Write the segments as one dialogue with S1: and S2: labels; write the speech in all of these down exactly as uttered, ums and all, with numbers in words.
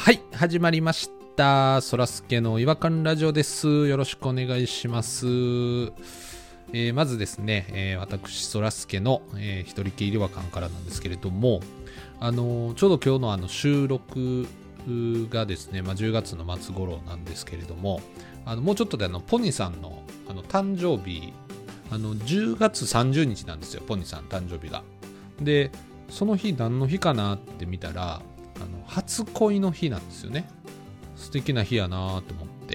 S1: はい、始まりました。そらすけの違和感ラジオです。よろしくお願いします。えー、まずですね、えー、私そらすけの、えー、一人系違和感からなんですけれども、あのー、ちょうど今日のあの収録がですね、まあ、じゅうがつの末頃なんですけれども、あのもうちょっとであのポニーさんのあの誕生日、あのじゅうがつさんじゅうにちなんですよ、ポニーさん誕生日が。で、その日何の日かなって見たら、あの初恋の日なんですよね。素敵な日やなと思って。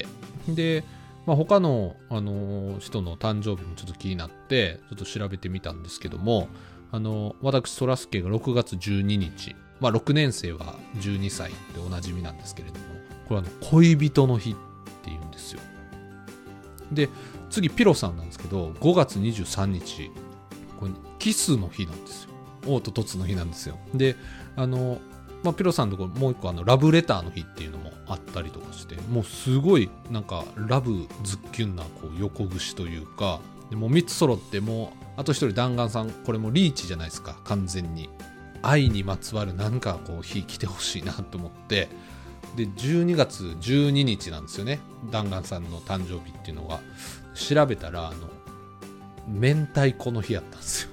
S1: で、まあ、他の、あのー、人の誕生日もちょっと気になってちょっと調べてみたんですけども、あのー、私そらすけがろくがつじゅうににち、まあ、ろくねん生はじゅうにさいでおなじみなんですけれども、これはあの恋人の日っていうんですよ。で、次ピロさんなんですけど、ごがつにじゅうさんにち、これキスの日なんですよ。王と凸の日なんですよ。で、あのまあ、ピロさんのところもう一個あのラブレターの日っていうのもあったりとかして、もうすごいなんかラブズッキュンなこう横串というか、でもうみっつ揃って、もうあとひとり弾丸さん、これもリーチじゃないですか。完全に愛にまつわるなんかこう日来てほしいなと思って、でじゅうにがつじゅうににちなんですよね、弾丸さんの誕生日っていうのが。調べたらあの明太子の日やったんですよ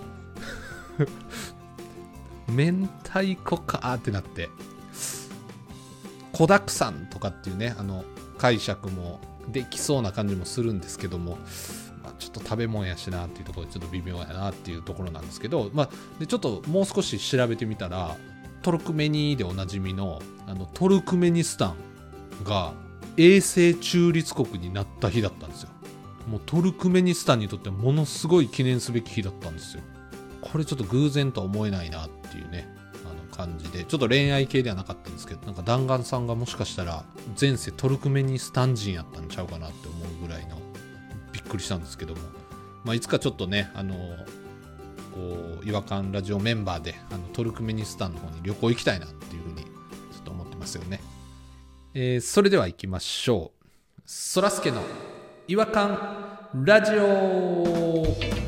S1: 明太子かーってなって、子だくさんとかっていうね、あの解釈もできそうな感じもするんですけども、まあ、ちょっと食べ物やしなっていうところでちょっと微妙やなっていうところなんですけど、まあ、でちょっともう少し調べてみたら、トルクメニでおなじみのあのトルクメニスタンが永世中立国になった日だったんですよ。もうトルクメニスタンにとってものすごい記念すべき日だったんですよ。これちょっと偶然とは思えないなっていうね、あの感じで、ちょっと恋愛系ではなかったんですけど、なんか弾丸さんがもしかしたら前世トルクメニスタン人やったんちゃうかなって思うぐらいの、びっくりしたんですけども、まあ、いつかちょっとね、あのこう違和感ラジオメンバーであのトルクメニスタンの方に旅行行きたいなっていうふうにちょっと思ってますよね。えー、それでは行きましょう。そらすけの違和感ラジオ。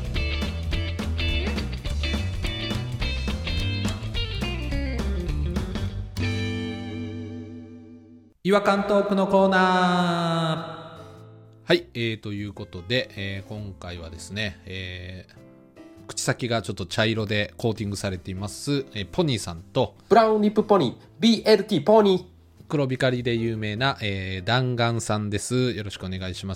S1: 違和感トークのコーナー。はい、えー、ということで、えー、今回はですね、えー、口先がちょっと茶色でコーティングされています、えー、ポニーさんと
S2: ブラウンリップポニー ビーエルティー ポニー、
S1: 黒光りで有名な、えー、弾丸さんです。よろしくお願いします。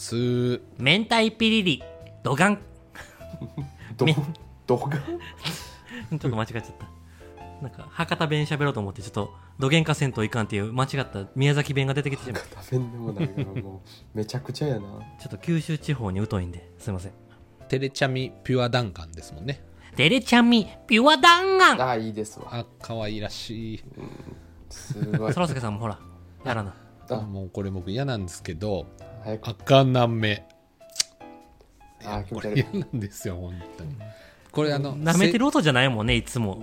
S3: 明太ピリリドガン
S2: どどが
S3: ちょっと間違っちゃった。なんか博多弁喋ろうと思ってちょっとどげんかせんといかんっていう間違った宮崎弁が出てきてしまう。
S2: 博多弁でもないからもうめちゃくちゃやな。
S3: ちょっと九州地方に疎いんですいません。
S1: テレチャミピュア弾丸ですもんね。
S3: テレチャミピュア弾丸。
S2: ああいいですわ。
S1: あ、可愛らしい。
S2: うん、すごい。
S3: そらすけさんもほらやらな。
S1: あ、もうこれ僕嫌なんですけど、
S2: 早く
S1: 赤なめ。
S2: あ、
S1: これ嫌なんですよ本当に。これあの
S3: 舐めてる音じゃないもんねいつも、
S2: うん、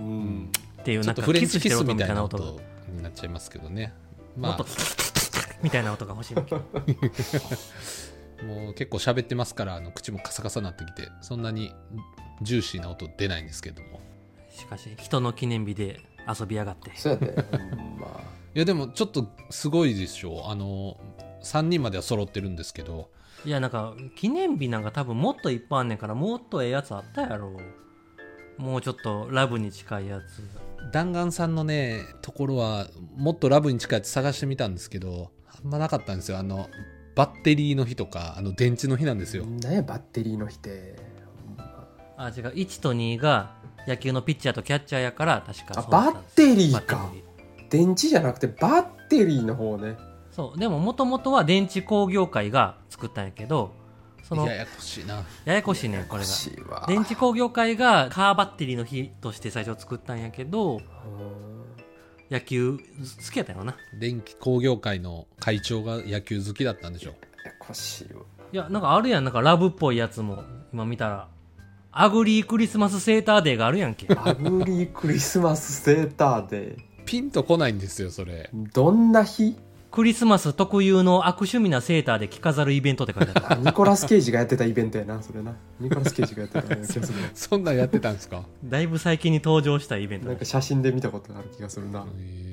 S3: っていう
S1: ちょっと
S3: なんか
S1: フレンチキス
S3: キスしてる音
S1: みたいな
S3: みたいな音が
S1: 音になっちゃいますけどね。まあ
S3: もっとみたいな音が欲しいわけ。
S1: もう結構喋ってますから、あの口もカサカサになってきて、そんなにジューシーな音出ないんですけども。
S3: しかし人の記念日で遊びやがって。
S2: そうやで、うん、まあ
S1: いやでもちょっとすごいでしょう。あのさんにんまでは揃ってるんですけど、
S3: いやなんか記念日なんか多分もっといっぱいあんねんから、もっとええやつあったやろ。もうちょっとラブに近いやつ。
S1: 弾丸さんのねところはもっとラブに近いやつ探してみたんですけど、あんまなかったんですよ。あのバッテリーの日とか、あの電池の日なんですよ。
S2: 何やバッテリーの日って。
S3: あ違う、いちとにが野球のピッチャーとキャッチャーやから確か
S2: あ
S3: そうだったんです。
S2: バッテリー
S3: バッ
S2: か
S3: テリー。
S2: 電池じゃなくてバッテリーの方ね。
S3: そうでももともとは電池工業会が作ったんやけど、その
S1: ややこしいな。
S3: ややこしいねこれが。
S2: 欲しいわ。
S3: 電池工業会がカーバッテリーの日として最初作ったんやけど、
S2: うん
S3: 野球好きやったよな。
S1: 電気工業会の会長が野球好きだったんでしょう。
S2: ややこしいわ。
S3: いやなんかあるやん、なんかラブっぽいやつも今見たらアグリークリスマスセーターデーがあるやんけ。
S2: アグリークリスマスセーターデー。
S1: ピンとこないんですよそれ。
S2: どんな日？
S3: クリスマス特有の悪趣味なセーターで着飾るイベントって書いてあった。
S2: あ、ニコラス・ケイジがやってたイベントやなそれな。ニコラス・ケイジがやってたような気がする。
S1: そんなんやってたんですか。
S3: だいぶ最近に登場したイベントだ
S2: なんか写真で見たことがある気がするな。
S1: へ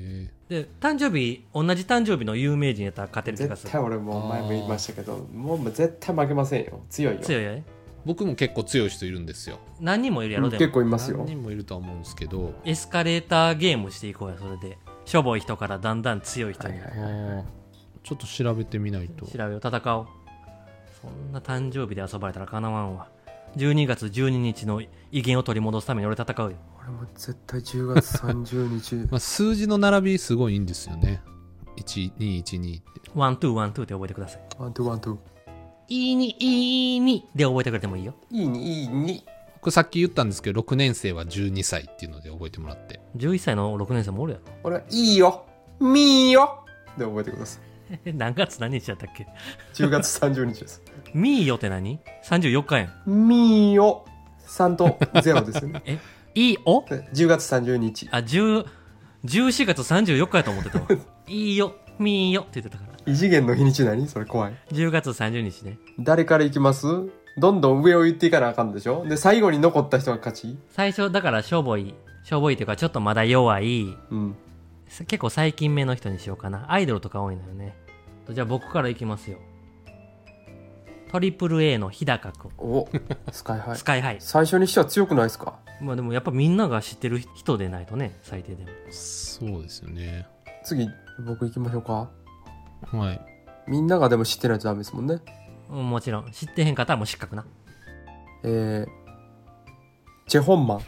S3: で誕生日同じ誕生日の有名人やったら勝てる気がする。
S2: 絶対俺も前も言いましたけど、もう絶対負けませんよ。強いよ。
S3: 強いよね。
S1: 僕も結構強い人いるんですよ。
S3: 何人もいるやろ。でも
S2: 結構いますよ
S1: 何。人もいるとは思うんですけど、
S3: エスカレーターゲームしていこうや。それでしょぼい人からだんだん強い人に、
S2: はいはいはい
S1: あーちょっと調べてみないと。
S3: 調べよう、戦おう。そんな誕生日で遊ばれたらかなわんわ。じゅうにがつじゅうににちの威厳を取り戻すために俺戦うよ。
S2: 俺も絶対じゅうがつさんじゅうにち
S1: まあ、数字の並びすごいいいんですよね。いちにいちにって。
S3: ワントゥーワントゥーって覚えてください。
S2: ワントゥーワントゥー
S3: いいにいいにで覚えてくれてもいいよ。
S2: いいにいいに
S1: 僕さっき言ったんですけど、ろくねん生はじゅうにさいっていうので覚えてもらって。
S3: じゅういっさいのろくねん生もおるやろ。
S2: 俺はいいよみーよで覚えてください。
S3: え何月何日やったっけ。
S2: じゅうがつさんじゅうにちです。
S3: ミーよって何 ?さんじゅうよっかやん。
S2: みーよさんとゼロですよね。
S3: えいいお
S2: でじゅうがつさんじゅうにち
S3: あ、10、じゅうしがつさんじゅうよっかやと思ってたわ。いいよ、みーよって言ってたから。
S2: 異次元の日にち何それ怖い。
S3: じゅうがつさんじゅうにちね。
S2: 誰から行きます？どんどん上を言っていかなあかんでしょ。で最後に残った人が勝ち。
S3: 最初、だからしょぼい、しょぼいっていうかちょっとまだ弱い、
S2: うん
S3: 結構最近目の人にしようかな。アイドルとか多いのよね。じゃあ僕からいきますよ。トリプル A の日高くん。
S2: おスカイハイ
S3: スカイハイ。
S2: 最初にしては強くないですか。
S3: まあでもやっぱみんなが知ってる人でないとね、最低でも。
S1: そうですよね。
S2: 次僕行きましょうか。
S1: はい。
S2: みんながでも知ってないとダメですもんね。
S3: うんもちろん。知ってへんかったらもう失格な。
S2: えー、チェホンマン。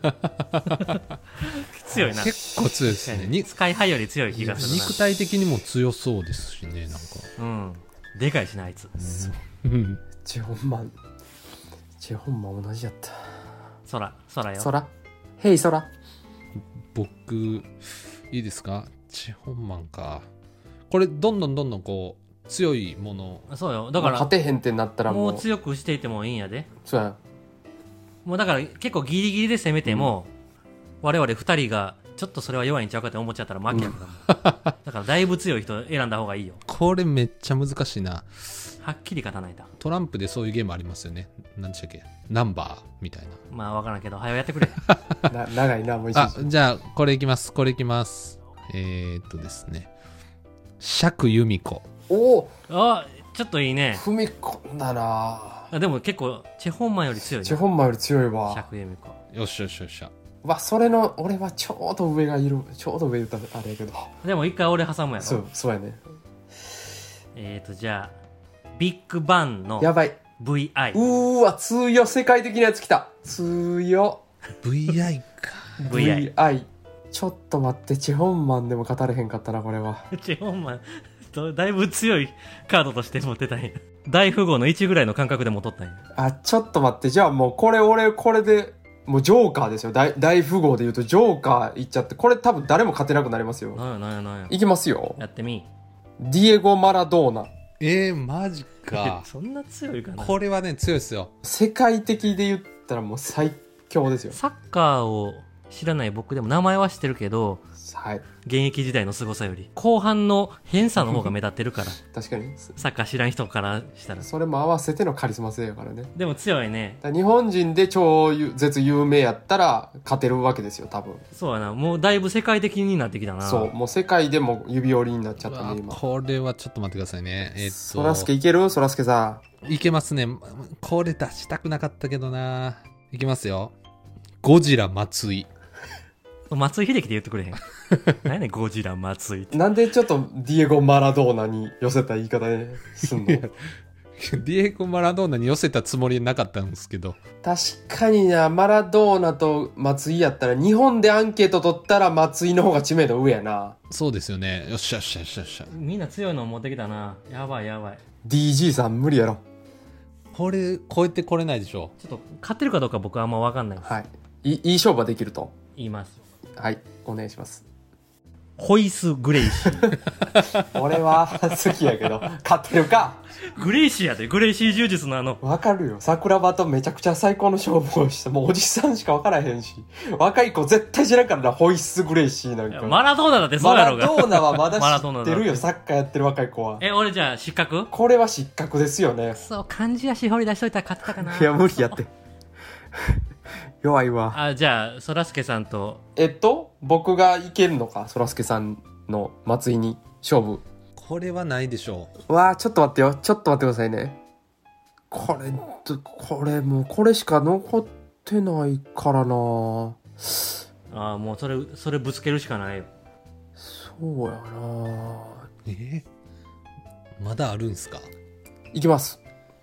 S3: 強いな。
S1: 結構強いですね。に
S3: スカイハイより強い気がするな。
S1: 肉体的にも強そうですしね、なんか。
S3: うん。でかいしな、あいつ。
S1: うん
S2: チェホンマンチェホンマン同じやった
S3: 空、空よ。
S2: 空ヘイ空
S1: 僕、いいですか？チェホンマンか。これ、どんどんどんどんこう、強いもの。
S3: そうよ。だから、
S2: まあ勝てへんってなったらもう
S3: もう強くしていてもいいんやで。
S2: そうや
S3: もうだから結構ギリギリで攻めても、うん、我々二人がちょっとそれは弱いんちゃうかって思っちゃったら負けやから、うん、だからだいぶ強い人選んだ方がいいよ。
S1: これめっちゃ難しいな。
S3: はっきり勝たないと。
S1: トランプでそういうゲームありますよね。何でしたっけ？ナンバーみたいな。
S3: まあ分からんけど、早うやってくれ。
S2: な長いなもう一
S1: あ、
S2: 時
S1: じゃあ、これいきます。これいきます。えー、っとですね。釈由美子。
S2: おお
S3: あ、ちょっといいね。
S2: 踏み込んだな。
S3: あでも結構チェホンマンより強いね。
S2: チェホンマンより強いわ。
S3: 釈由美子。
S1: よっしゃよっしゃよっしゃ。
S2: わそれの俺はちょうど上がいる。ちょうど上言ったあれやけど
S3: でも一回俺挟むやろ。
S2: そうそうやね。
S3: えーとじゃあビッグバンの
S2: やばい
S3: ブイアイ。
S2: うーわ強世界的なやつきた強
S1: ブイアイ か。
S3: ブイアイ
S2: ブイアイ ちょっと待ってチェホンマンでも語れへんかったなこれは。
S3: チェホンマンとだいぶ強いカードとして持ってたんや。大富豪のいちぐらいの感覚で持っとったんや。
S2: あちょっと待ってじゃあもうこれ俺これでもうジョーカーですよ。 大, 大富豪で言うとジョーカーいっちゃってこれ多分誰も勝てなくなりますよ。
S3: なんやなんやなんや。
S2: いきますよ。
S3: やってみ。
S2: ディエゴ・マラドーナ。
S1: えー、マジか。
S3: そんな強いかな。
S1: これはね、強いですよ。
S2: 世界的で言ったらもう最強ですよ。
S3: サッカーを知らない僕でも名前は知ってるけど、
S2: はい
S3: 現役時代の凄さより後半の偏差の方が目立ってるから
S2: 確かに
S3: サッカー知らん人からしたら。
S2: それも合わせてのカリスマ性やからね。
S3: でも強いね。
S2: だから日本人で超絶有名やったら勝てるわけですよ多分。
S3: そうやな。もうだいぶ世界的になってきたな。
S2: そうもう世界でも指折りになっちゃったね今。
S1: これはちょっと待ってくださいね。えっと。
S2: そらすけいけるそらすけさ
S1: ん。いけますね。これ出したくなかったけどな。いきますよ。ゴジラ松井。
S3: 松井秀喜で言ってくれへん。何やねんゴジラ松井って。
S2: ん。なんでちょっとディエゴ・マラドーナに寄せた言い方ですんの
S1: ディエゴ・マラドーナに寄せたつもりなかったんですけど。
S2: 確かになマラドーナと松井やったら日本でアンケート取ったら松井の方が知名度上やな。
S1: そうですよね。よっしゃよっしゃよっしゃよっしゃ。
S3: みんな強いの持ってきたな。やばいやばい。
S2: ディージー さん無理やろ。
S1: これ超えてこれないでしょ。
S3: ちょっと勝ってるかどうか僕はあんま分かんないです。
S2: はいいいい勝負はできると。
S3: 言います。
S2: はいお願いします。
S3: ホイス・グレイシー。
S2: 俺は好きやけど勝ってるか。
S3: グレイシーやで。グレイシー柔術のあの。
S2: わかるよ。桜庭とめちゃくちゃ最高の勝負をしてもうおじさんしかわからへんし若い子絶対知らんからなホイッス・グレイシーなんか。
S3: マラドーナだってそう
S2: マラ
S3: やろうが。
S2: ドーナはまだ
S3: マラドーナだって
S2: 知ってるよサッカーやってる若い子は。
S3: え、俺じゃあ失格？
S2: これは失格ですよね。
S3: そう、漢字やしほり出しといたら勝ってたかな。
S2: いや無理やって弱いわ。
S3: あ、じゃあ、そらすけさんと、
S2: えっと僕がいけるのかそらすけさんの松井に勝負。
S1: これはないでしょ
S2: うわー、ちょっと待ってよ。ちょっと待ってくださいね。これ、これもう、これしか残ってないからな。
S3: ああ、もうそれ、それぶつけるしかないよ。
S2: そうやな。
S1: えー、まだあるんすか？
S2: いきます。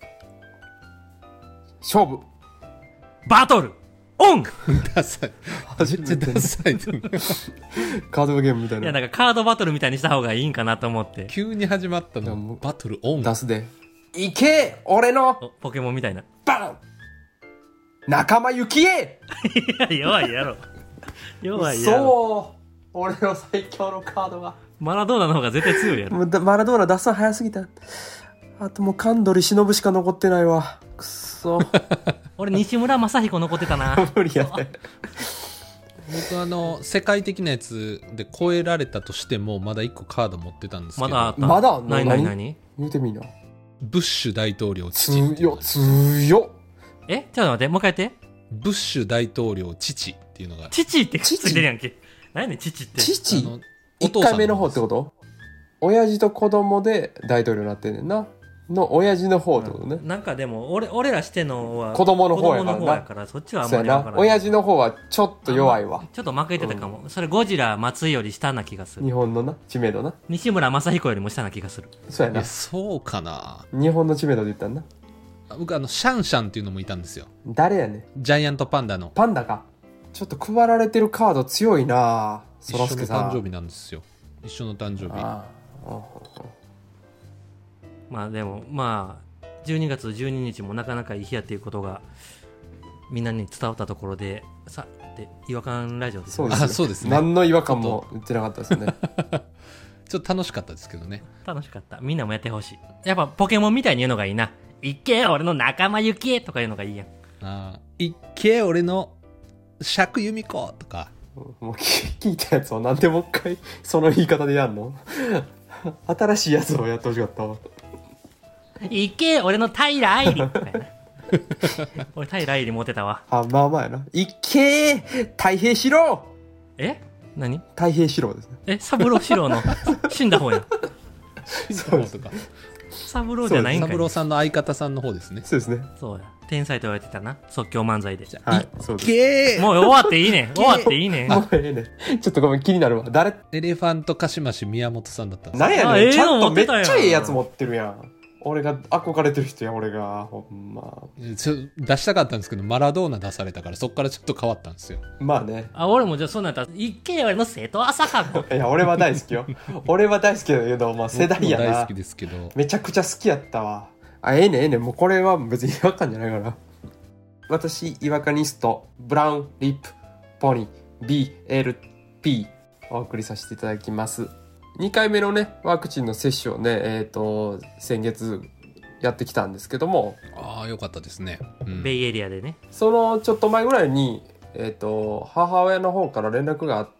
S2: 勝負。
S3: バトルオン
S1: ダサい。
S2: 初めて
S1: ダサい。
S2: カードゲームみたいな。
S3: いや、なんかカードバトルみたいにした方がいいんかなと思って。
S1: 急に始まったのバトルオン。
S2: 出すで。いけ俺の
S3: ポケモンみたいな。
S2: バン仲間由紀恵
S3: いや、弱いやろ。弱いやろ。
S2: そう俺の最強のカードが。
S3: マラドーナの方が絶対強いやろ。
S2: もうマラドーナ出すの早すぎた。あともうカンドリ忍しか残ってないわ。くっそ
S3: 俺西村正彦残ってたな。
S2: 無理やね。
S1: 僕あの世界的なやつで超えられたとしてもまだいっこカード持ってたんですけど、
S3: まだあった。
S2: まだあんの？
S3: 何何何
S2: 言うてみんな。
S1: ブッシュ大統領父。
S2: 強っ強っ。
S3: えちょっと待って、もう一回言って。
S1: ブッシュ大統領父っていうのが、
S3: 父ってくっついてるやんけ。何やねん父って。
S2: 父
S1: あの
S2: いっかいめの方ってこと？親父と子供で大統領になってんねんな。の親父の方ってことね。
S3: うん、なんかでも俺俺らしてのは
S2: 子供の方やからな。
S3: 子供の方やからそっちはあんまり
S2: そうやな。
S3: 分からない。
S2: 親父の方はちょっと弱いわ。
S3: ちょっと負けてたかも、うん、それゴジラ松井より下な気がする。
S2: 日本のな知名度な。
S3: 西村正彦よりも下な気がする。
S2: そうやな。
S1: そうかな。
S2: 日本の知名度で言ったんな。
S1: 僕あのシャンシャンっていうのもいたんですよ。
S2: 誰やねん。
S1: ジャイアントパンダの。
S2: パンダか。ちょっと配られてるカード強いな。
S1: 一緒の誕生日なんですよ。一緒の誕生日。
S2: ああ
S3: まあでもまあじゅうにがつじゅうににちもなかなかいい日やっていうことがみんなに伝わったところでさて違和感ラジオです
S2: そう
S3: ね。
S2: ですね。
S1: あ、そうですね。
S2: 何の違和感も言ってなかったですね。
S1: ちょっと楽しかったですけどね。
S3: 楽しかった。みんなもやってほしい。やっぱポケモンみたいに言うのがいいな。いっけ俺の仲間由紀恵とか言うのがいいやん。
S1: ああ、いっけ俺の釈由美子とか。
S2: もう聞いたやつをなんでもう一回その言い方でやんの？新しいやつをやってほしかったわ。
S3: いっけ俺の平愛理とかやな。俺平愛理持ってたわ。
S2: あ、まあまあやな。いっけー太平四郎
S3: え何
S2: 太平四郎ですね。
S3: え三郎四郎の死んだ方やん。
S1: そうとか。
S3: 三郎じゃないんかい。
S1: 三郎さんの相方さんの方ですね。
S2: そうですね。
S3: そうや。天才と言われてたな。即興漫才で。
S2: はい。そうです。
S1: けー
S3: もう終わっていいねん。終わっていいねん。
S2: もうええね。ちょっとごめん気になるわ。誰？
S1: エレファントカシマシ宮本さんだったんです
S2: なんや
S3: あええ
S2: ねん。ちゃん
S3: の持ってやん
S2: とめったちゃええやつ持ってるやん。俺が憧れてる人や、俺が。ほんま。
S1: ちょ出したかったんですけどマラドーナ出されたからそっからちょっと変わったんですよ。
S2: まあね。
S3: あ、俺もじゃあそんなんやったら、いっけ俺の瀬戸朝香子。
S2: いや、俺は大好きよ。俺は大好きだけど、まあ世代やな
S1: 僕も大好き。ですけど。
S2: めちゃくちゃ好きやったわ。あ、ええねんええねん。もうこれは別に違和感じゃないから。私、違和感ニスト、ブラウンリップポニー ビーエルピー お送りさせていただきます。にかいめのね、ワクチンの接種をね、えっと、先月やってきたんですけども、
S1: ああ、よかったですね。うん、
S3: ベイエリアでね。
S2: そのちょっと前ぐらいに、えっと、母親の方から連絡があって、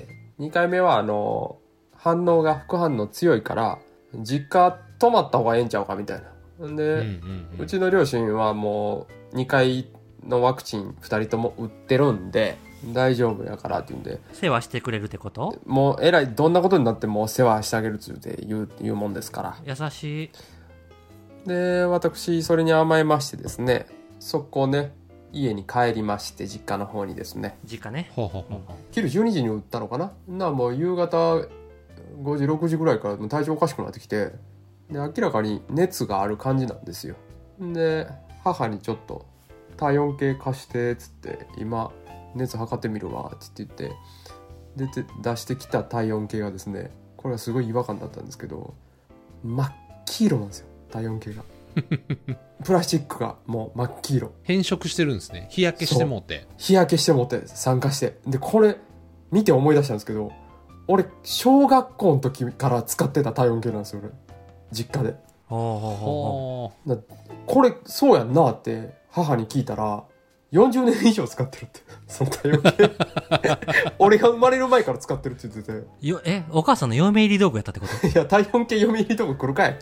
S2: にかいめはあの、反応が、副反応強いから、実家泊まった方がええんちゃうかみたいな。んで、
S1: うんうんうん、
S2: うちの両親はもうにかいのワクチンふたりとも打ってるんで大丈夫やからって言うんで、
S3: 世話してくれるってこと？
S2: もうえらいどんなことになっても世話してあげるっつうて言う言うもんですから。
S3: 優しい。
S2: で、私それに甘えましてですね、速攻ね家に帰りまして、実家の方にですね。
S3: 実家ね。
S1: ほうほうほうほう。
S2: 昼じゅうにじに打ったのかな。なもう夕方ごじろくじぐらいからもう体調おかしくなってきて、で明らかに熱がある感じなんですよ。で母にちょっと体温計貸してっつって、今熱測ってみるわって言って出て出してきた体温計がですね、これはすごい違和感だったんですけど、真っ黄色なんですよ、体温計が。プラスチックがもう真っ黄色。
S1: 変色してるんですね。日焼けしてもうて。
S2: 日焼けしてもって酸化して、でこれ見て思い出したんですけど、俺小学校の時から使ってた体温計なんですよ、俺実家で。
S3: ほうほうほうほ
S2: だこれそうやんなって母に聞いたら、よんじゅうねん以上使ってるって、その体温計。俺が生まれる前から使ってるって言ってて。
S3: う。よ、え、お母さんの嫁入り道具やったってこと？
S2: いや、体温計読み入りとこ来るかい。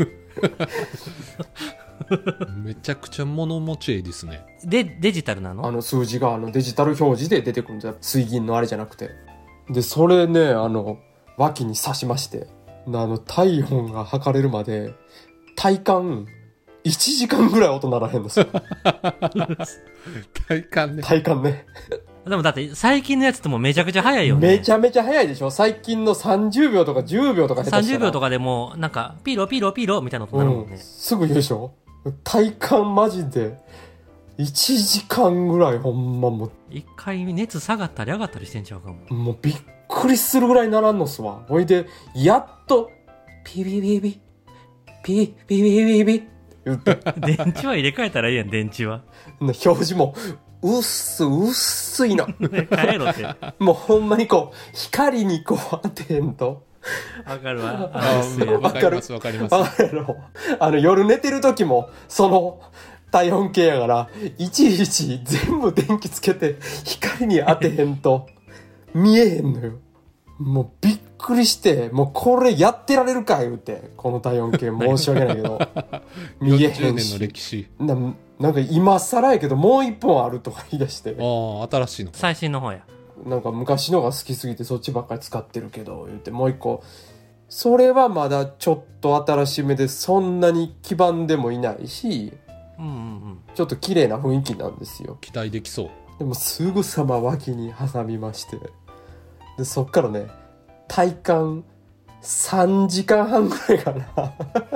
S1: めちゃくちゃ物持ちいいですね。
S3: で、デジタルなの？
S2: あの数字があのデジタル表示で出てくるんじゃ、水銀のあれじゃなくて。で、それね、あの、 脇に刺しまして、あの体温が測れるまで体感いちじかんぐらい音鳴らへんですよ。
S1: 体感ね。
S2: 体感ね。
S3: でもだって最近のやつってもうめちゃくちゃ早いよね。
S2: めちゃめちゃ早いでしょ。最近のさんじゅうびょうとかじゅうびょうとか下手したら
S3: さんじゅうびょうとかでもうなんかピロピロピロみたいな音なるもんね、
S2: うん、すぐ言うでしょ。体感マジでいちじかんぐらいほんまもう
S3: 一回熱下がったり上がったりしてんちゃうかも。
S2: もうびっくりするぐらいならんのっすわ。ほいでやっとピビビビピピビビビ言って
S3: 電池は入れ替えたらいいやん。電池は
S2: 表示もうっすうっすいの
S3: 変えろって
S2: もうほんまにこう光にこう当てんと
S3: わかるわ。
S1: あ
S3: あ
S1: わかりますわかります。
S2: わかるのあの夜寝てる時もその体温計やからいちいち全部電気つけて光に当てへんと見えへんのよ。もうびっくりしてもうこれやってられるか言うて、この体温計申し訳ないけど見えへんし
S1: よんじゅうねんの歴史。
S2: な, なんか今更やけどもう一本あるとか言い出して、
S1: ああ新しいの。
S3: 最新の方や。
S2: なんか昔のが好きすぎてそっちばっかり使ってるけど言って、もう一個それはまだちょっと新しめでそんなに黄ばんでもいないし、
S3: うんうんうん。
S2: ちょっと綺麗な雰囲気なんですよ。
S1: 期待できそう。
S2: でもすぐさま脇に挟みまして、でそっからね体感さんじかんはんぐらいかな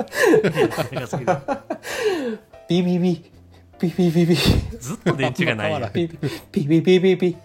S2: ビビビビビビビ
S3: ずっと電池がないやん。
S2: ビビビビビビビ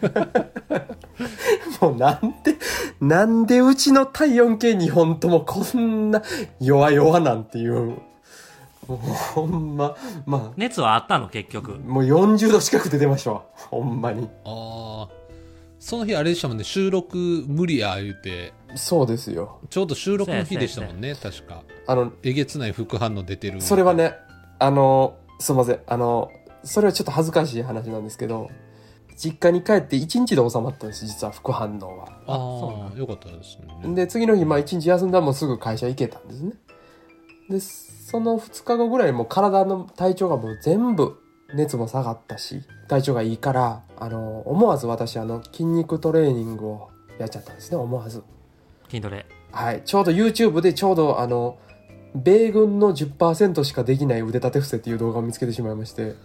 S2: もうなんでなんでうちの体温計にほんともこんな弱々なんていう、もうほんままあ
S3: 熱はあったの結局。
S2: もうよんじゅうど近く出てましたわほんまに。
S1: ああその日あれでしたもんね、収録無理や言うて。
S2: そうですよ。
S1: ちょうど収録の日でしたもんね確か。
S2: あの
S1: えげつない副反応出てる。
S2: それはね、あのすいません、あのそれはちょっと恥ずかしい話なんですけど、実家に帰っていちにちで収まったんです実は副反応は。
S1: ああよかったですね。
S2: で次の日まあいちにち休んだらもうすぐ会社行けたんですね。でそのふつかごぐらいもう体の体調がもう全部熱も下がったし体調がいいから、あの思わず私あの筋肉トレーニングをやっちゃったんですね。思わず
S3: 筋トレ。
S2: はい、ちょうど YouTube でちょうどあの米軍の じゅっパーセント しかできない腕立て伏せっていう動画を見つけてしまいまして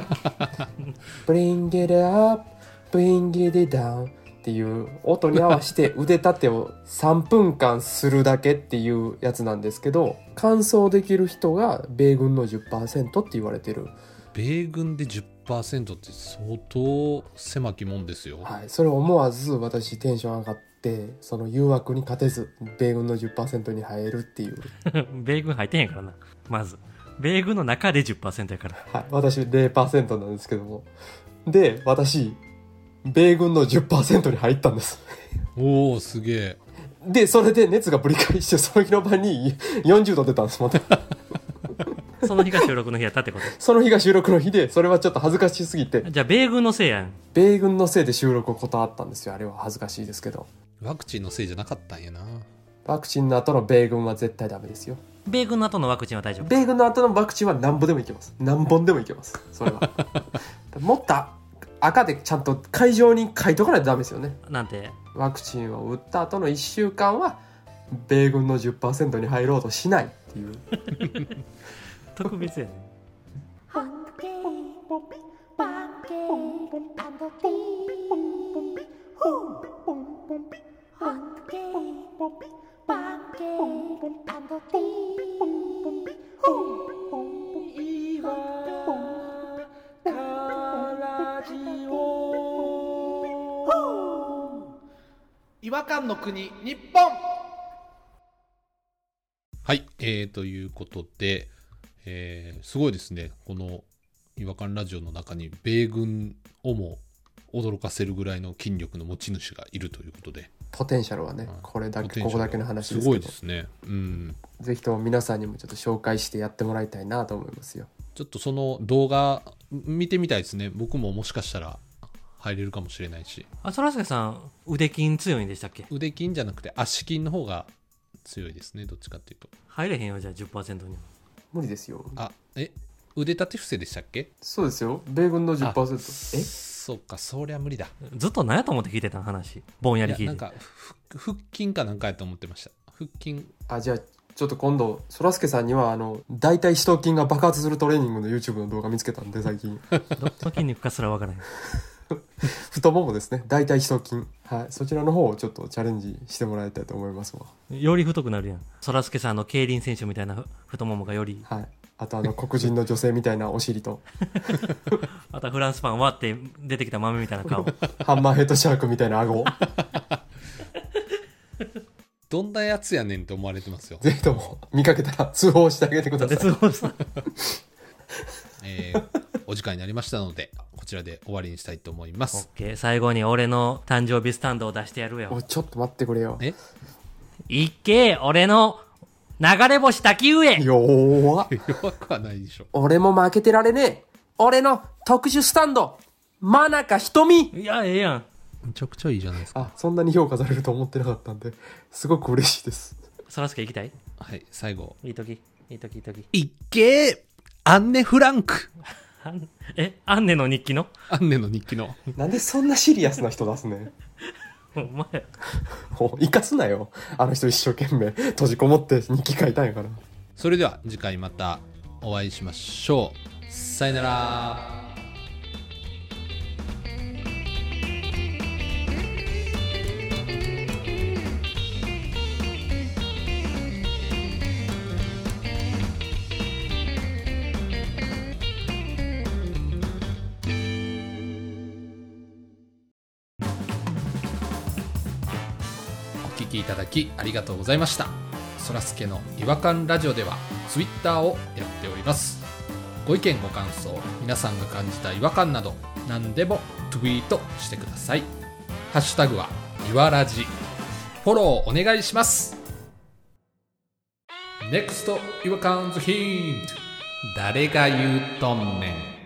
S2: Bring it up, bring it down っていう音に合わせて腕立てをさんぷんかんするだけっていうやつなんですけど、完走できる人が米軍の じゅっパーセント って言われてる。
S1: 米軍で じゅっパーセント って相当狭きもんですよ。
S2: はい、それを思わず私テンション上がってその誘惑に勝てず米軍の じゅっパーセント に入るっていう
S3: 米軍入ってへんからな。まず米軍の中で じゅっパーセント やから。
S2: はい、私 ゼロパーセント なんですけども、で私米軍の じゅっパーセント に入ったんです
S1: おおすげえ。
S2: でそれで熱がぶり返してその日の晩によんじゅうど出たんですまた
S3: その日が収録の日やったってこと
S2: その日が収録の日で、それはちょっと恥ずかしすぎて、
S3: じゃあ米軍のせいやん。
S2: 米軍のせいで収録を断ったんですよ。あれは恥ずかしいですけど、
S1: ワクチンのせいじゃなかったんやな。
S2: ワクチンの後の米軍は絶対ダメですよ。
S3: 米軍の後のワクチンは大丈夫。
S2: 米軍の後のワクチンは何本でもいけます。何本でもいけます。それはもっと赤でちゃんと会場に書いとかないとダメですよね。
S3: なんて
S2: ワクチンを打った後のいっしゅうかんは米軍の じゅっパーセント に入ろうとしないっていう
S3: 特別やね。
S4: 違和感の国日本。
S1: はい、えー、ということで、えー、すごいですね。この違和感ラジオの中に米軍をも驚かせるぐらいの筋力の持ち主がいるということで、
S2: ポテンシャルはね、
S1: はい、
S2: これだけここだけの話ですけど、
S1: すごいですね。うん。
S2: ぜひとも皆さんにもちょっと紹介してやってもらいたいなと思いますよ。
S1: ちょっとその動画見てみたいですね。僕ももしかしたら入れるかもしれないし。
S3: あ、そらすけさん腕筋強いんでしたっけ？
S1: 腕筋じゃなくて足筋の方が強いですね。どっちかっていうと。
S3: 入れへんよじゃあ じゅっパーセント に。
S2: 無理ですよ。
S1: あ、え腕立て伏せでしたっけ？
S2: そうですよ、米軍の じゅっパーセント。 え
S1: そうか、そりゃ無理だ。
S3: ずっと何やと思って聞いてたの話。ぼんやり聞いて。
S1: いやなんか腹筋かなんかやと思ってました。腹筋。
S2: あ、じゃあちょっと今度そらすけさんにはあの大腿四頭筋が爆発するトレーニングの YouTube の動画見つけたんで最近
S3: どの筋肉かすらわからない。
S2: 太ももですね、大腿四頭筋、はい、そちらの方をちょっとチャレンジしてもらいたいと思いますわ。
S3: より太くなるやん。そらすけさんの競輪選手みたいな太ももがより。
S2: はい、あとあの黒人の女性みたいなお尻と
S3: あとはフランスパン割って出てきた豆みたいな顔。
S2: ハンマーヘッドシャークみたいな顎
S1: どんなやつやねんって思われてますよ。
S2: ぜひとも見かけたら通報してあげてください。
S3: 絶望した。
S1: えー、お時間になりましたのでこちらで終わりにしたいと思いま
S3: オッ
S1: す。
S3: ケー、最後に俺の誕生日スタンドを出してやるよ。
S2: おちょっと待ってくれよ。
S1: え
S3: いっけー、俺の流れ星滝上。
S2: 弱っ
S1: 弱くはないでしょ。
S2: 俺も負けてられねえ。俺の特殊スタンド真中瞳。
S3: いや、ええやん。
S1: めちゃくちゃいいじゃないですか。
S2: あ、そんなに評価されると思ってなかったんですごく嬉しいです。
S3: そらすけ行きたい？
S1: はい最後。
S3: いいとき、いいとき、いいとき。
S1: いっけーアンネ・フランク。
S3: あんえ、アンネの日記の？
S1: アンネの日記の。
S2: なんでそんなシリアスな人出すねん。
S3: お前。
S2: もう生かすなよ。あの人一生懸命閉じこもって日記書いたんやから。
S1: それでは次回またお会いしましょう。さよなら。お聞きいただきありがとうございました。そらすけの違和感ラジオではツイッターをやっております。ご意見ご感想、皆さんが感じた違和感など何でもツイートしてください。ハッシュタグはいわらじ。フォローお願いします。 ネクスト 違和感ズヒント。誰が言うとんねん。